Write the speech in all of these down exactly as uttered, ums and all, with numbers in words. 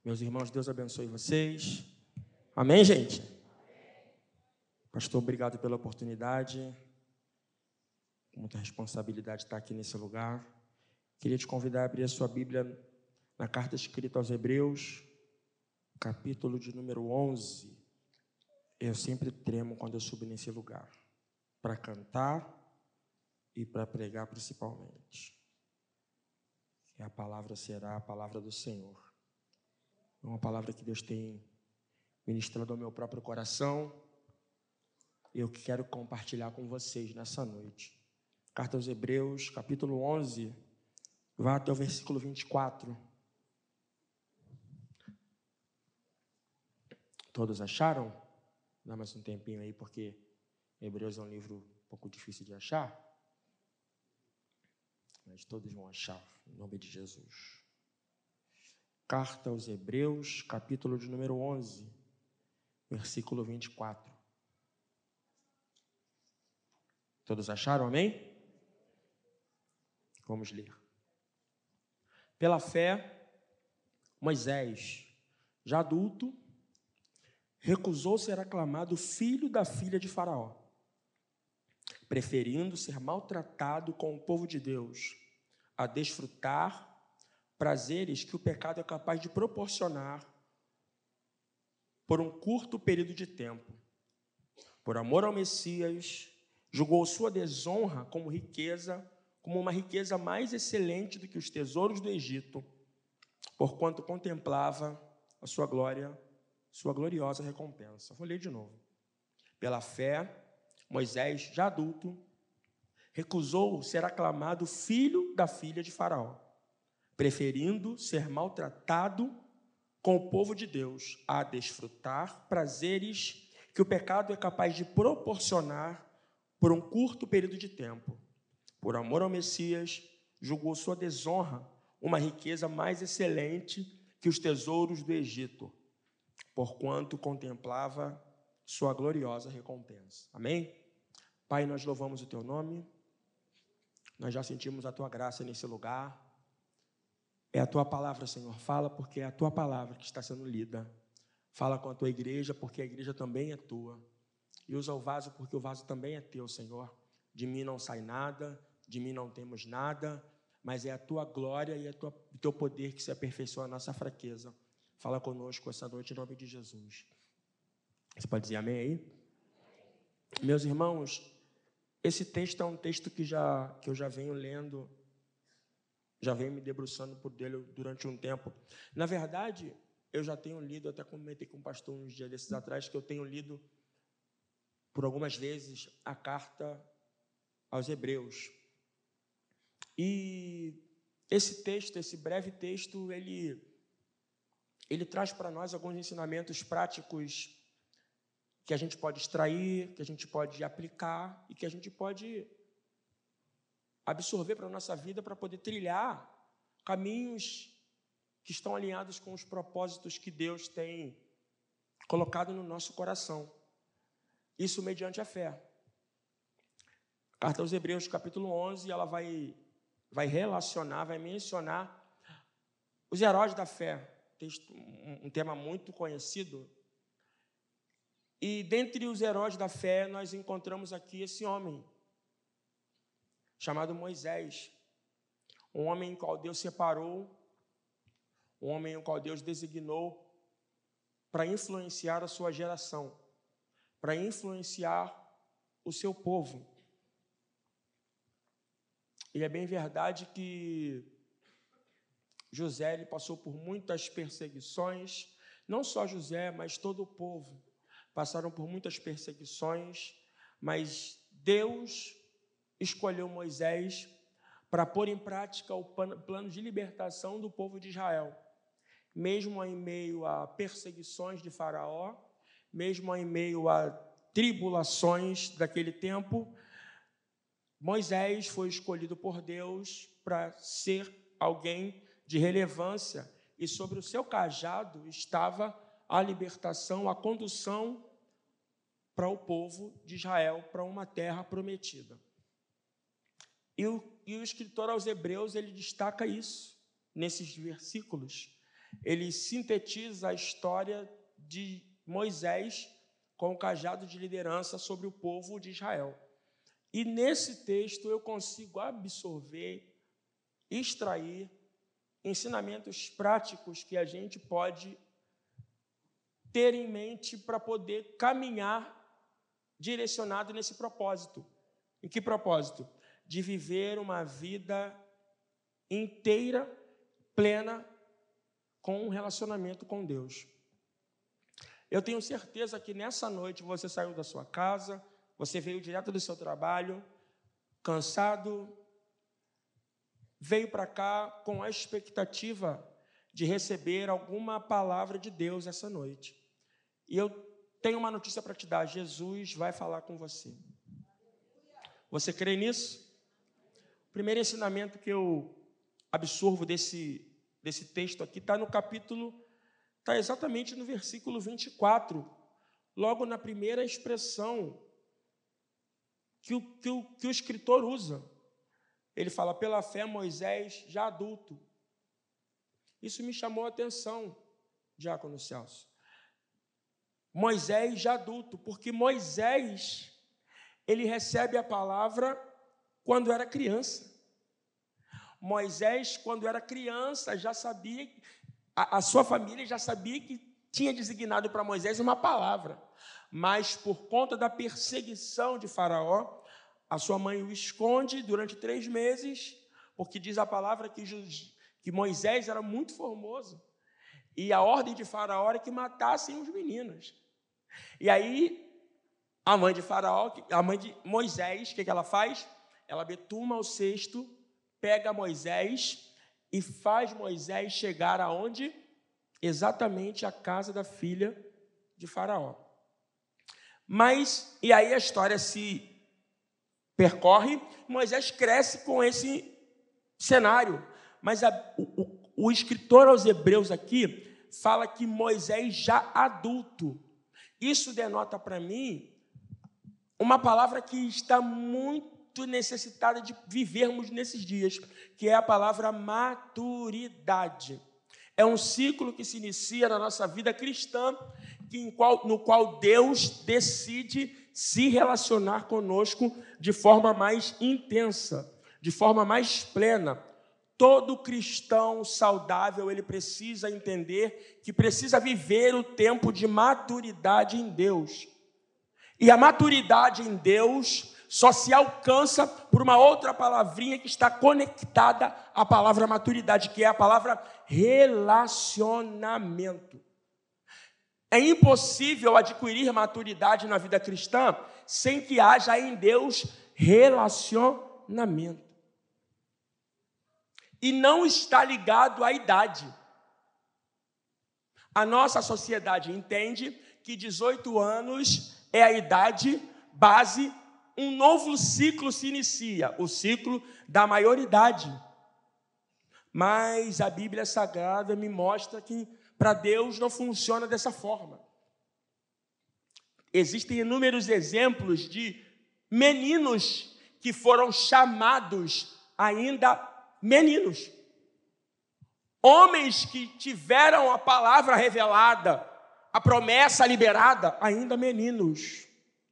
Meus irmãos, Deus abençoe vocês. Amém, gente? Pastor, obrigado pela oportunidade. Com muita responsabilidade estar aqui nesse lugar. Queria te convidar a abrir a sua Bíblia na carta escrita aos Hebreus, capítulo de número onze. Eu sempre tremo quando eu subo nesse lugar, para cantar e para pregar principalmente. E a palavra será a palavra do Senhor. É uma palavra que Deus tem ministrado ao meu próprio coração. Eu quero compartilhar com vocês nessa noite. Carta aos Hebreus, capítulo onze, vá até o versículo vinte e quatro. Todos acharam? Dá mais um tempinho aí, porque Hebreus é um livro um pouco difícil de achar. Mas todos vão achar, em nome de Jesus. Carta aos Hebreus, capítulo de número onze, versículo vinte e quatro. Todos acharam, amém? Vamos ler. Pela fé, Moisés, já adulto, recusou ser aclamado filho da filha de Faraó, preferindo ser maltratado com o povo de Deus, a desfrutar prazeres que o pecado é capaz de proporcionar por um curto período de tempo. Por amor ao Messias, julgou sua desonra como riqueza, como uma riqueza mais excelente do que os tesouros do Egito, porquanto contemplava a sua glória, sua gloriosa recompensa. Vou ler de novo. Pela fé, Moisés, já adulto, recusou ser aclamado filho da filha de Faraó, preferindo ser maltratado com o povo de Deus, a desfrutar prazeres que o pecado é capaz de proporcionar por um curto período de tempo. Por amor ao Messias, julgou sua desonra uma riqueza mais excelente que os tesouros do Egito, porquanto contemplava sua gloriosa recompensa. Amém? Pai, nós louvamos o Teu nome, nós já sentimos a Tua graça nesse lugar. É a Tua palavra, Senhor, fala porque é a Tua palavra que está sendo lida. Fala com a Tua igreja, porque a igreja também é Tua. E usa o vaso, porque o vaso também é Teu, Senhor. De mim não sai nada, de mim não temos nada, mas é a Tua glória e o Teu poder que se aperfeiçoa a nossa fraqueza. Fala conosco essa noite em nome de Jesus. Você pode dizer amém aí? Meus irmãos, esse texto é um texto que, já, que eu já venho lendo, já venho me debruçando por dele durante um tempo. Na verdade, eu já tenho lido, até comentei com o pastor uns dias desses atrás, que eu tenho lido por algumas vezes a carta aos Hebreus. E esse texto, esse breve texto, ele, ele traz para nós alguns ensinamentos práticos que a gente pode extrair, que a gente pode aplicar e que a gente pode absorver para a nossa vida para poder trilhar caminhos que estão alinhados com os propósitos que Deus tem colocado no nosso coração. Isso mediante a fé. Carta aos Hebreus, capítulo onze, ela vai, vai relacionar, vai mencionar os heróis da fé. Texto, um, um tema muito conhecido. E dentre os heróis da fé, nós encontramos aqui esse homem, chamado Moisés, um homem em qual Deus separou, um homem em qual Deus designou para influenciar a sua geração, para influenciar o seu povo. E é bem verdade que José ele passou por muitas perseguições, não só José, mas todo o povo passaram por muitas perseguições, mas Deus escolheu Moisés para pôr em prática o plano de libertação do povo de Israel. Mesmo em meio a perseguições de Faraó, mesmo em meio a tribulações daquele tempo, Moisés foi escolhido por Deus para ser alguém de relevância e sobre o seu cajado estava a libertação, a condução para o povo de Israel, para uma terra prometida. E o, e o escritor aos Hebreus, ele destaca isso nesses versículos. ele sintetiza a história de Moisés com o cajado de liderança sobre o povo de Israel. E nesse texto eu consigo absorver, extrair ensinamentos práticos que a gente pode ter em mente para poder caminhar direcionado nesse propósito. Em que propósito? De viver uma vida inteira, plena, com um relacionamento com Deus. Eu tenho certeza que nessa noite você saiu da sua casa, você veio direto do seu trabalho, cansado, veio para cá com a expectativa de receber alguma palavra de Deus essa noite. E eu tenho uma notícia para te dar: Jesus vai falar com você. Você crê nisso? O primeiro ensinamento que eu absorvo desse, desse texto aqui está no capítulo, está exatamente no versículo vinte e quatro, logo na primeira expressão que o, que o, que o escritor usa. Ele fala: pela fé, Moisés, já adulto. Isso me chamou a atenção, diácono Celso. Moisés já adulto, porque Moisés, ele recebe a palavra quando era criança. Moisés, quando era criança, já sabia, a, a sua família já sabia que tinha designado para Moisés uma palavra, mas por conta da perseguição de Faraó, a sua mãe o esconde durante três meses, porque diz a palavra que, que Moisés era muito formoso, e a ordem de Faraó era que matassem os meninos. E aí, a mãe de Faraó, a mãe de Moisés, o que, que ela faz? Ela betuma o cesto, pega Moisés e faz Moisés chegar aonde? Exatamente à casa da filha de Faraó. Mas, e aí a história se percorre, Moisés cresce com esse cenário. Mas a, o, o escritor aos Hebreus aqui fala que Moisés já adulto. Isso denota para mim uma palavra que está muito necessitada de vivermos nesses dias, que é a palavra maturidade. É um ciclo que se inicia na nossa vida cristã, que em qual, no qual Deus decide se relacionar conosco de forma mais intensa, de forma mais plena. Todo cristão saudável, ele precisa entender que precisa viver o tempo de maturidade em Deus. E a maturidade em Deus só se alcança por uma outra palavrinha que está conectada à palavra maturidade, que é a palavra relacionamento. É impossível adquirir maturidade na vida cristã sem que haja em Deus relacionamento. E não está ligado à idade. A nossa sociedade entende que dezoito anos é a idade base, um novo ciclo se inicia, o ciclo da maioridade. Mas a Bíblia Sagrada me mostra que para Deus não funciona dessa forma. Existem inúmeros exemplos de meninos que foram chamados ainda meninos. Homens que tiveram a palavra revelada, a promessa liberada, ainda meninos.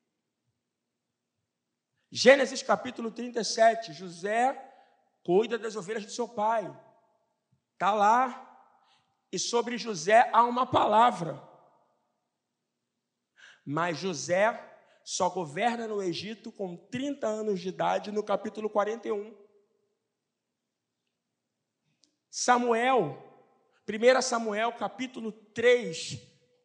Gênesis capítulo trinta e sete, José cuida das ovelhas do seu pai. Está lá. E sobre José há uma palavra. Mas José só governa no Egito com trinta anos de idade, no capítulo quarenta e um. Samuel, primeiro Samuel, capítulo três.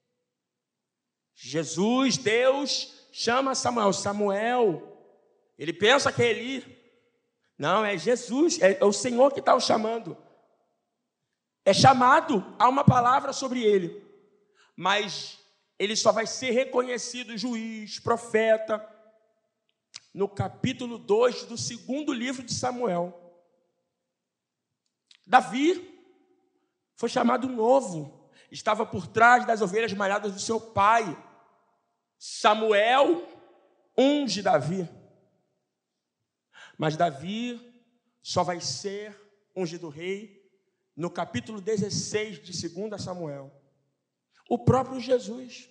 Jesus, Deus, chama Samuel. Samuel, ele pensa que é Eli. Não, é Jesus, é o Senhor que está o chamando. É chamado, há uma palavra sobre ele. Mas ele só vai ser reconhecido juiz, profeta, no capítulo dois do segundo livro de Samuel. Davi foi chamado novo, estava por trás das ovelhas malhadas do seu pai. Samuel unge Davi. Mas Davi só vai ser ungido rei no capítulo dezesseis de Segunda Samuel, o próprio Jesus.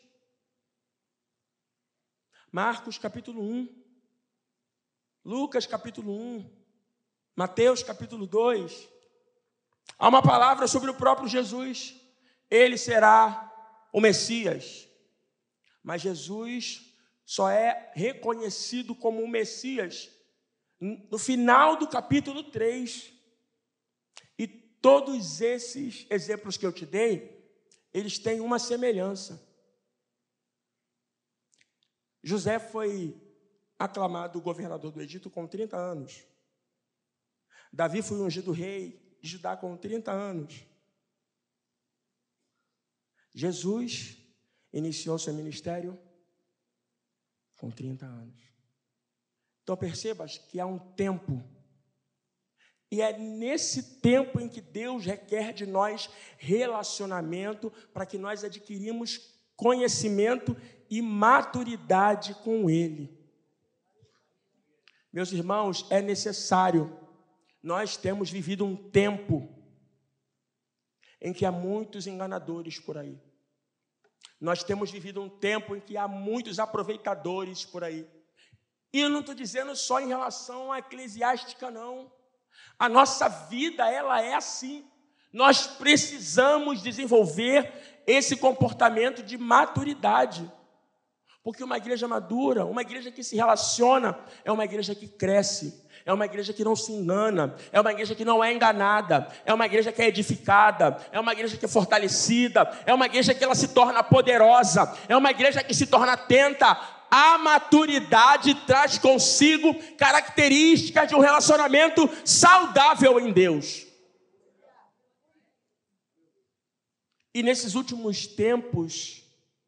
Marcos capítulo um, Lucas capítulo um, Mateus capítulo dois, há uma palavra sobre o próprio Jesus. Ele será o Messias, mas Jesus só é reconhecido como o Messias no final do capítulo três. E todos esses exemplos que eu te dei, eles têm uma semelhança. José foi aclamado governador do Egito com trinta anos. Davi foi ungido rei de Judá com trinta anos. Jesus iniciou seu ministério com trinta anos. Então percebas que há um tempo, e é nesse tempo em que Deus requer de nós relacionamento, para que nós adquirimos conhecimento e maturidade com Ele. Meus irmãos, é necessário. Nós temos vivido um tempo em que há muitos enganadores por aí. Nós temos vivido um tempo em que há muitos aproveitadores por aí. E eu não estou dizendo só em relação à eclesiástica, não. A nossa vida, ela é assim. Nós precisamos desenvolver esse comportamento de maturidade. Porque uma igreja madura, uma igreja que se relaciona, é uma igreja que cresce, é uma igreja que não se engana, é uma igreja que não é enganada, é uma igreja que é edificada, é uma igreja que é fortalecida, é uma igreja que ela se torna poderosa, é uma igreja que se torna atenta. A maturidade traz consigo características de um relacionamento saudável em Deus. E nesses últimos tempos,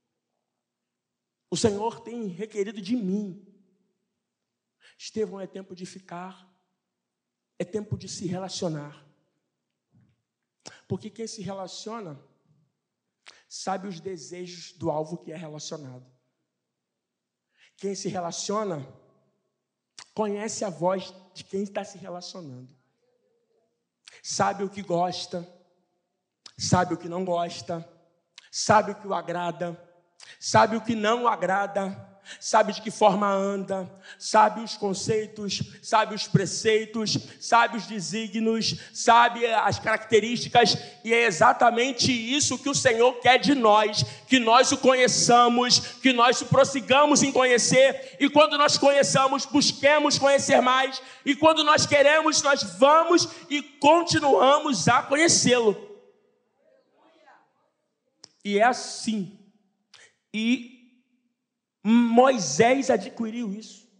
o Senhor tem requerido de mim. Estevão, é tempo de ficar, é tempo de se relacionar. Porque quem se relaciona sabe os desejos do alvo que é relacionado. Quem se relaciona conhece a voz de quem está se relacionando. Sabe o que gosta, sabe o que não gosta, sabe o que o agrada, sabe o que não o agrada, sabe de que forma anda, sabe os conceitos, sabe os preceitos, sabe os desígnios, sabe as características, e é exatamente isso que o Senhor quer de nós, que nós o conheçamos, que nós o prossigamos em conhecer, e quando nós conheçamos, busquemos conhecer mais, e quando nós queremos, nós vamos e continuamos a conhecê-lo. E é assim. E Moisés adquiriu isso.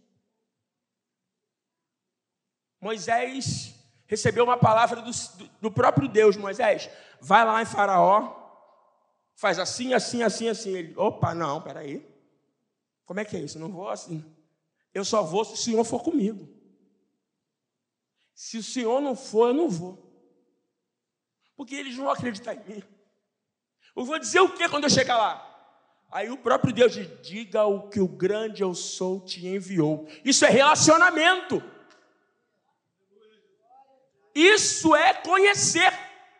Moisés recebeu uma palavra do, do próprio Deus. Moisés, vai lá em Faraó, faz assim, assim, assim, assim. Ele, opa, não, peraí. Como é que é isso? Eu não vou assim. Eu só vou se o Senhor for comigo. Se o Senhor não for, eu não vou. Porque eles não vão acreditar em mim. Eu vou dizer o que quando eu chegar lá? Aí o próprio Deus diz, diga o que o grande eu sou te enviou. Isso é relacionamento. Isso é conhecer.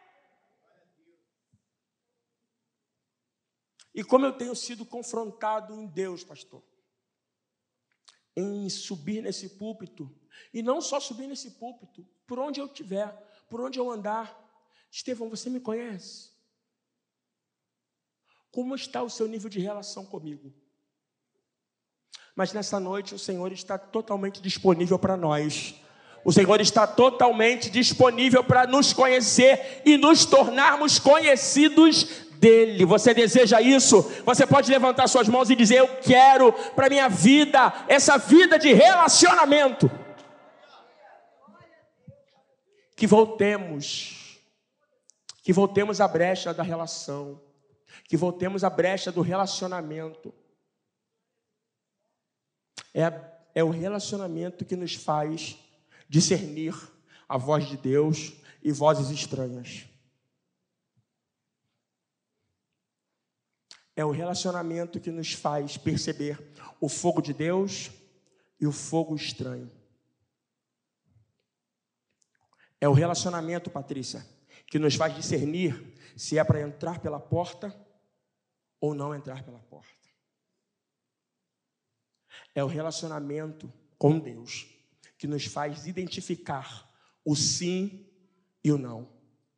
E como eu tenho sido confrontado em Deus, pastor, em subir nesse púlpito, e não só subir nesse púlpito, por onde eu estiver, por onde eu andar. Estevão, você me conhece? Como está o seu nível de relação comigo? Mas nessa noite o Senhor está totalmente disponível para nós. O Senhor está totalmente disponível para nos conhecer e nos tornarmos conhecidos dEle. Você deseja isso? Você pode levantar suas mãos e dizer, eu quero para a minha vida, essa vida de relacionamento. Que voltemos, que voltemos à brecha da relação. Que voltemos à brecha do relacionamento. É, é o relacionamento que nos faz discernir a voz de Deus e vozes estranhas. É o relacionamento que nos faz perceber o fogo de Deus e o fogo estranho. É o relacionamento, Patrícia, que nos faz discernir se é para entrar pela porta ou não entrar pela porta. É o relacionamento com Deus que nos faz identificar o sim e o não.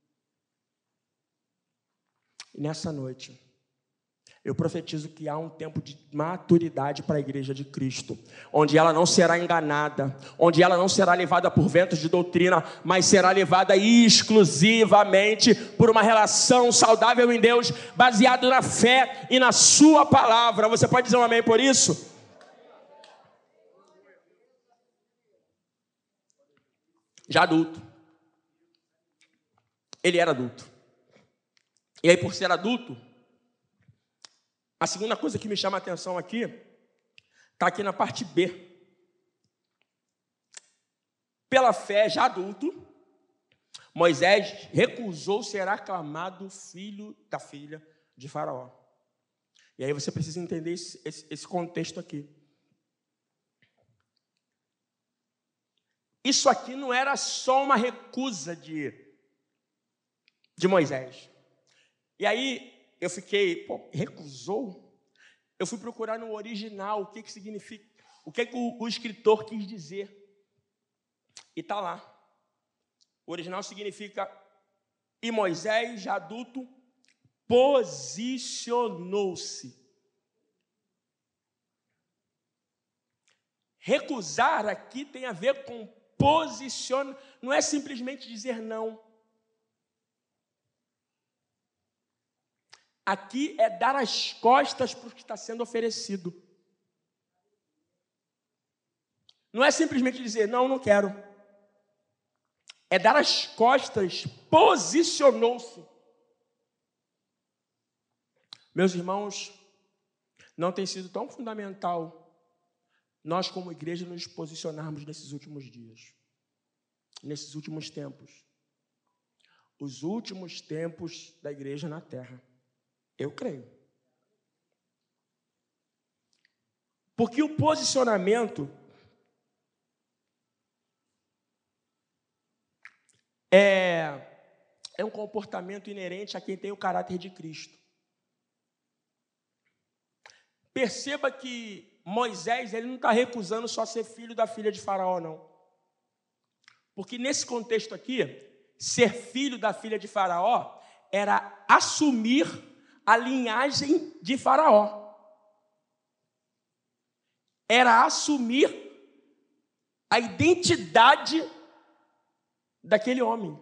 E nessa noite, eu profetizo que há um tempo de maturidade para a igreja de Cristo, onde ela não será enganada, onde ela não será levada por ventos de doutrina, mas será levada exclusivamente por uma relação saudável em Deus, baseado na fé e na sua palavra. Você pode dizer um amém por isso? Já adulto. Ele era adulto. E aí, por ser adulto, a segunda coisa que me chama a atenção aqui, está aqui na parte B. Pela fé, já adulto, Moisés recusou ser aclamado filho da filha de Faraó. E aí você precisa entender esse, esse, esse contexto aqui. Isso aqui não era só uma recusa de, de Moisés. E aí eu fiquei, pô, recusou? Eu fui procurar no original o que, que significa, o que, que o, o escritor quis dizer. E está lá. O original significa: e Moisés, já adulto, posicionou-se. Recusar aqui tem a ver com posicionar, não é simplesmente dizer não. Aqui é dar as costas para o que está sendo oferecido. Não é simplesmente dizer, não, não quero. É dar as costas, posicionou-se. Meus irmãos, não tem sido tão fundamental nós como igreja nos posicionarmos nesses últimos dias, nesses últimos tempos. Os últimos tempos da igreja na terra. Eu creio. Porque o posicionamento é, é um comportamento inerente a quem tem o caráter de Cristo. Perceba que Moisés, ele não está recusando só ser filho da filha de Faraó, não. Porque nesse contexto aqui, ser filho da filha de Faraó era assumir a linhagem de Faraó. Era assumir a identidade daquele homem.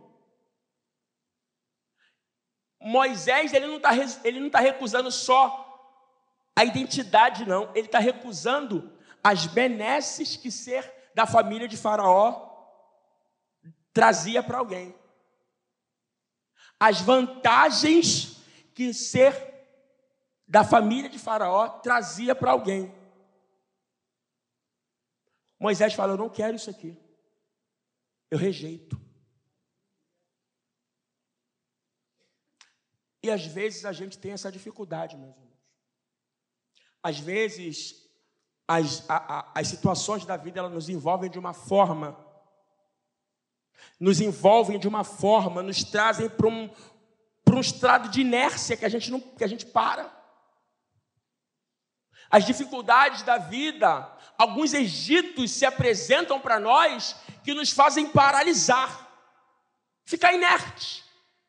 Moisés, ele não está ele não está recusando só a identidade, não. Ele está recusando as benesses que ser da família de Faraó trazia para alguém. As vantagens que ser da família de Faraó trazia para alguém. Moisés fala, eu não quero isso aqui. Eu rejeito. E às vezes a gente tem essa dificuldade, meus irmãos. Às vezes as, a, a, as situações da vida elas nos envolvem de uma forma, nos envolvem de uma forma, nos trazem para um, para um estrado de inércia que a gente não, que a gente para. As dificuldades da vida, alguns egitos se apresentam para nós que nos fazem paralisar, ficar inerte.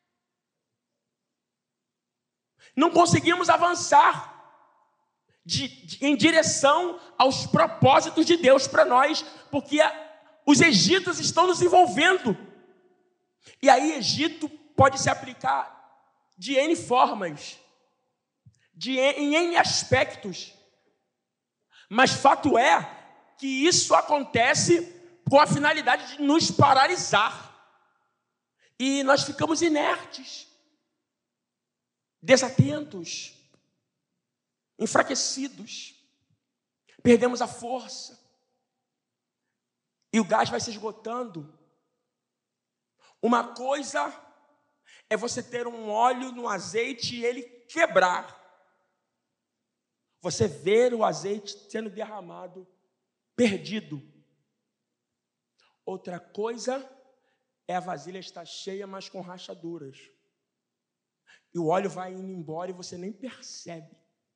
Não conseguimos avançar de, de, em direção aos propósitos de Deus para nós, porque a, os egitos estão nos envolvendo. E aí, Egito pode se aplicar de N formas, de, em N aspectos. Mas fato é que isso acontece com a finalidade de nos paralisar. E nós ficamos inertes, desatentos, enfraquecidos, perdemos a força, e o gás vai se esgotando. Uma coisa é você ter um óleo no azeite e ele quebrar. Você ver o azeite sendo derramado, perdido. Outra coisa é a vasilha está cheia, mas com rachaduras. E o óleo vai indo embora e você nem percebe.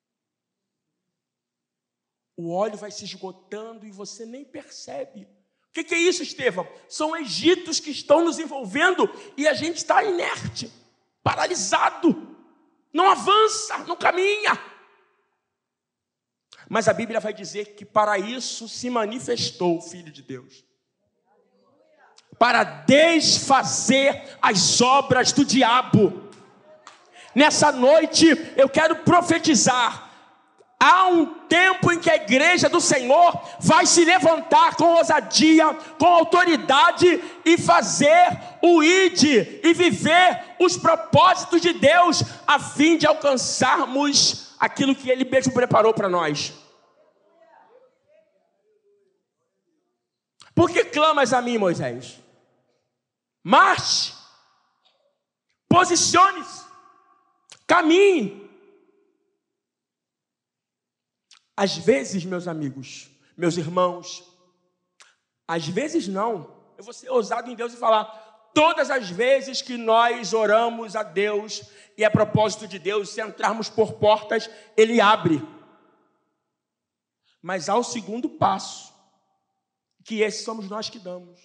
O óleo vai se esgotando e você nem percebe. O que, que é isso, Estevão? São egitos que estão nos envolvendo e a gente está inerte, paralisado, não avança, não caminha. Mas a Bíblia vai dizer que para isso se manifestou o Filho de Deus. Para desfazer as obras do diabo. Nessa noite eu quero profetizar. Há um tempo em que a igreja do Senhor vai se levantar com ousadia, com autoridade e fazer o ide e viver os propósitos de Deus a fim de alcançarmos aquilo que Ele mesmo preparou para nós. Por que clamas a mim, Moisés? Marche, posicione-se, caminhe. Às vezes, meus amigos, meus irmãos, às vezes não, eu vou ser ousado em Deus e falar, todas as vezes que nós oramos a Deus, e é propósito de Deus, se entrarmos por portas, Ele abre. Mas há o segundo passo, que esse somos nós que damos.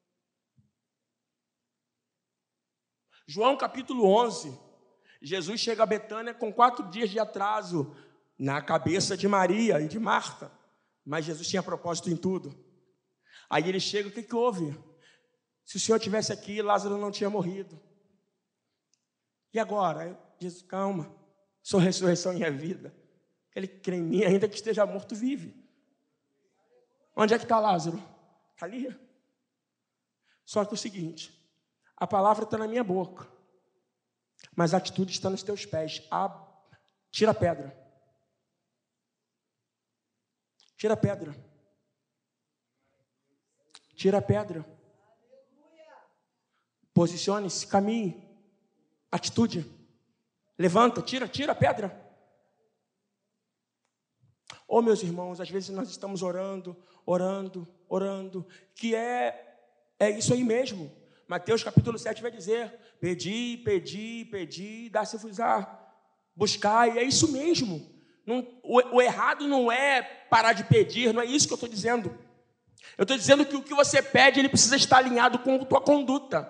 João capítulo onze, Jesus chega a Betânia com quatro dias de atraso, na cabeça de Maria e de Marta, mas Jesus tinha propósito em tudo. Aí ele chega, o que, que houve? Se o Senhor estivesse aqui, Lázaro não tinha morrido. E agora? Aí, Jesus, calma, sou ressurreição e a vida. Ele crê em mim, ainda que esteja morto, vive. Onde é que está Lázaro? Está ali. Só que é o seguinte, a palavra está na minha boca, mas a atitude está nos teus pés. Ah, tira a pedra. Tira a pedra. Tira a pedra. Posicione-se, caminhe. Atitude. Levanta, tira, tira a pedra. Oh, meus irmãos, às vezes nós estamos orando, orando, orando, que é, é isso aí mesmo. Mateus capítulo sete vai dizer, pedi, pedi, pedi, dá-se-vos-á. Buscai, é isso mesmo. Não, o, o errado não é parar de pedir, não é isso que eu estou dizendo. Eu estou dizendo que o que você pede, ele precisa estar alinhado com a tua conduta.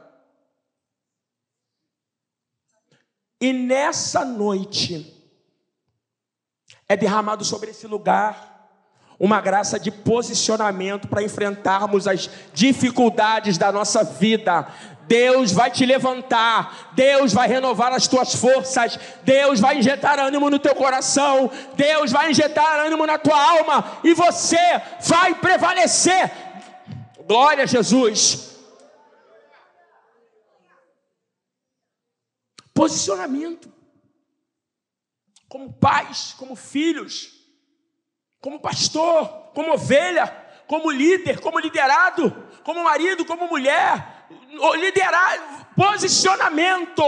E nessa noite, é derramado sobre esse lugar uma graça de posicionamento para enfrentarmos as dificuldades da nossa vida. Deus vai te levantar, Deus vai renovar as tuas forças, Deus vai injetar ânimo no teu coração, Deus vai injetar ânimo na tua alma, e você vai prevalecer. Glória a Jesus. Posicionamento. Como pais, como filhos, como pastor, como ovelha, como líder, como liderado, como marido, como mulher. Liderar, posicionamento.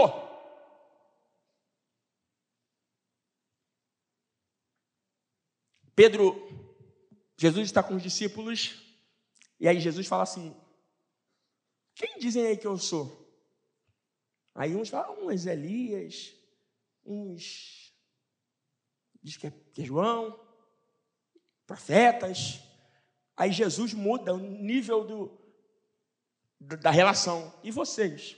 Pedro, Jesus está com os discípulos, e aí Jesus fala assim, quem dizem aí que eu sou? Aí uns falam, uns Elias, uns diz que é, que é João, profetas. Aí Jesus muda o nível do da relação. E vocês?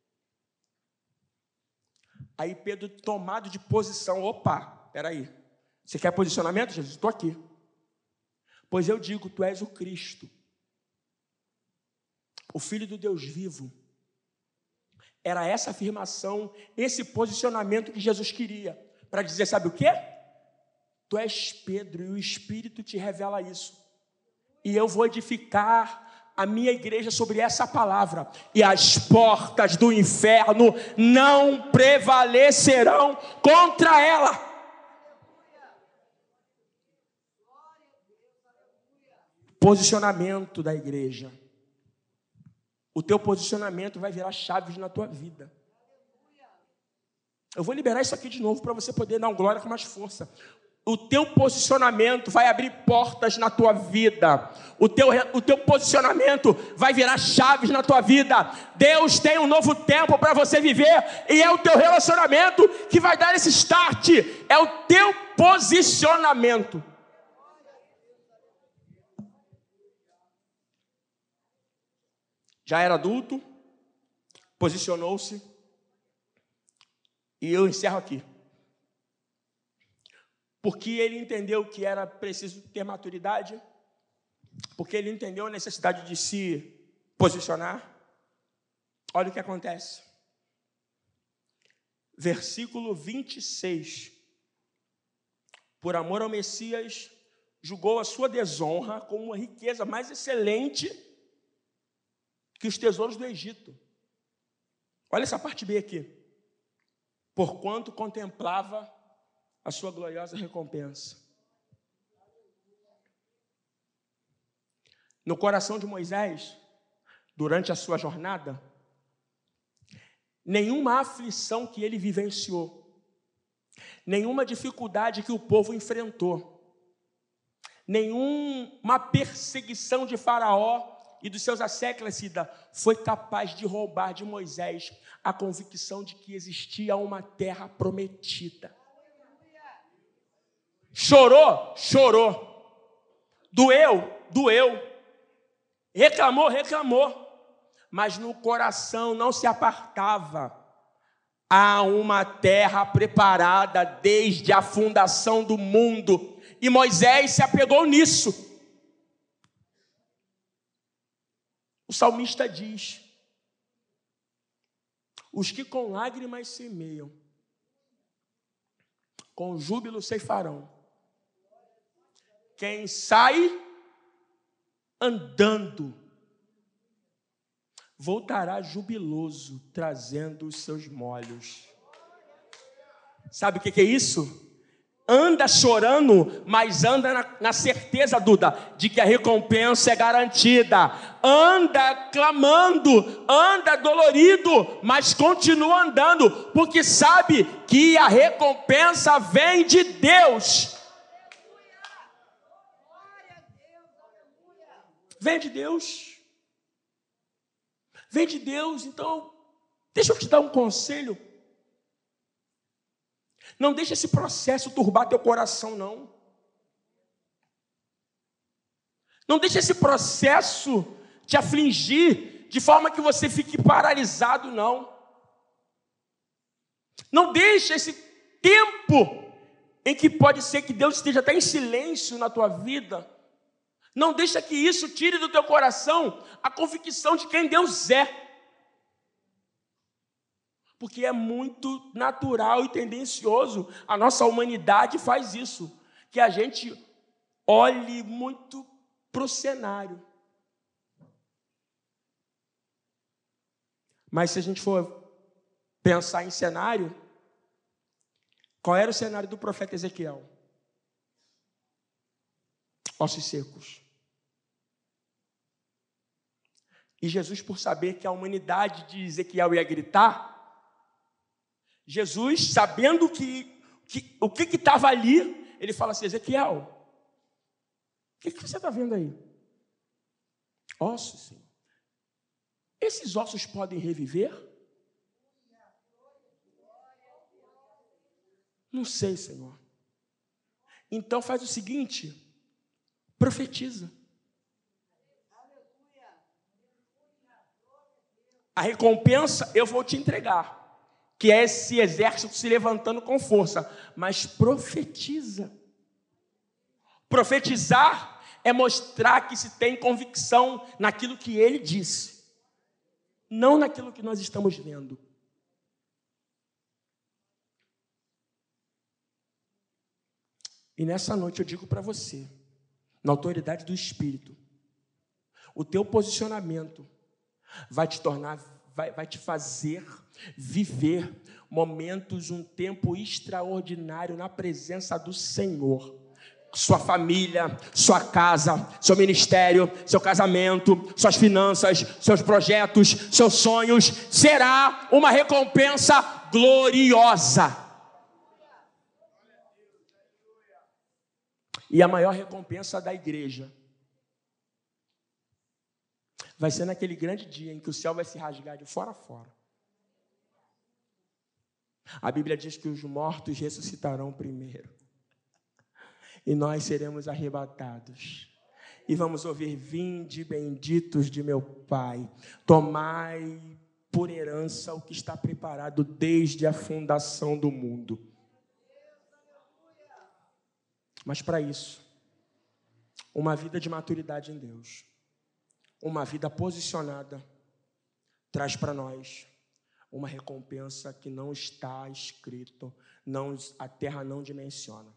Aí Pedro, tomado de posição, opa, peraí, você quer posicionamento, Jesus? Estou aqui. Pois eu digo, tu és o Cristo, o Filho do Deus vivo. Era essa afirmação, esse posicionamento que Jesus queria, para dizer, sabe o quê? Tu és Pedro, e o Espírito te revela isso. E eu vou edificar a minha igreja sobre essa palavra, e as portas do inferno não prevalecerão contra ela. Posicionamento da igreja. O teu posicionamento vai virar chaves na tua vida. Eu vou liberar isso aqui de novo para você poder dar um glória com mais força. o teu posicionamento vai abrir portas na tua vida. O teu, o teu posicionamento vai virar chaves na tua vida. Deus tem um novo tempo para você viver, e é o teu relacionamento que vai dar esse start. É o teu posicionamento. Já era adulto, posicionou-se, e eu encerro aqui. Porque ele entendeu que era preciso ter maturidade, porque ele entendeu a necessidade de se posicionar. Olha o que acontece. Versículo vinte e seis. Por amor ao Messias, julgou a sua desonra como uma riqueza mais excelente que os tesouros do Egito. Olha essa parte B aqui. Porquanto contemplava a sua gloriosa recompensa. No coração de Moisés, durante a sua jornada, nenhuma aflição que ele vivenciou, nenhuma dificuldade que o povo enfrentou, nenhuma perseguição de Faraó e dos seus asseclas foi capaz de roubar de Moisés a convicção de que existia uma terra prometida. Chorou, chorou. Doeu, doeu. Reclamou, reclamou. Mas no coração não se apartava. Há uma terra preparada desde a fundação do mundo. E Moisés se apegou nisso. O salmista diz: os que com lágrimas semeiam, com júbilo ceifarão. Quem sai andando voltará jubiloso, trazendo os seus molhos. Sabe o que é isso? Anda chorando, mas anda na, na certeza, Duda, de que a recompensa é garantida. Anda clamando, anda dolorido, mas continua andando, porque sabe que a recompensa vem de Deus. Vem de Deus. Vem de Deus. Então, deixa eu te dar um conselho. Não deixe esse processo turbar teu coração, não. Não deixe esse processo te afligir de forma que você fique paralisado, não. Não deixe esse tempo em que pode ser que Deus esteja até em silêncio na tua vida. Não deixa que isso tire do teu coração a convicção de quem Deus é. Porque é muito natural e tendencioso. A nossa humanidade faz isso. Que a gente olhe muito para o cenário. Mas se a gente for pensar em cenário, qual era o cenário do profeta Ezequiel? Ossos secos. E Jesus, por saber que a humanidade de Ezequiel ia gritar, Jesus, sabendo que, que o que estava ali, ele fala assim: Ezequiel, o que, que você está vendo aí? Ossos, Senhor. Esses ossos podem reviver? Não sei, Senhor. Então faz o seguinte, profetiza. A recompensa eu vou te entregar, que é esse exército se levantando com força, mas profetiza. Profetizar é mostrar que se tem convicção naquilo que ele disse, não naquilo que nós estamos vendo. E nessa noite eu digo para você, na autoridade do Espírito, o teu posicionamento vai te tornar, vai, vai te fazer viver momentos, um tempo extraordinário na presença do Senhor. Sua família, sua casa, seu ministério, seu casamento, suas finanças, seus projetos, seus sonhos, será uma recompensa gloriosa. E a maior recompensa da igreja vai ser naquele grande dia em que o céu vai se rasgar de fora a fora. A Bíblia diz que os mortos ressuscitarão primeiro. E nós seremos arrebatados. E vamos ouvir: vinde benditos de meu Pai, tomai por herança o que está preparado desde a fundação do mundo. Mas para isso, uma vida de maturidade em Deus, uma vida posicionada, traz para nós uma recompensa que não está escrito, não, a terra não dimensiona.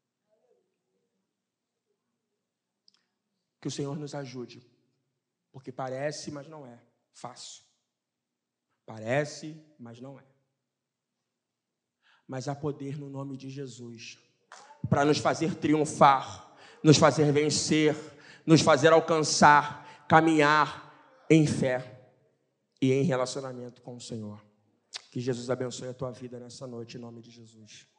Que o Senhor nos ajude, porque parece, mas não é fácil. Parece, mas não é. Mas há poder no nome de Jesus para nos fazer triunfar, nos fazer vencer, nos fazer alcançar, caminhar em fé e em relacionamento com o Senhor. Que Jesus abençoe a tua vida nessa noite, em nome de Jesus.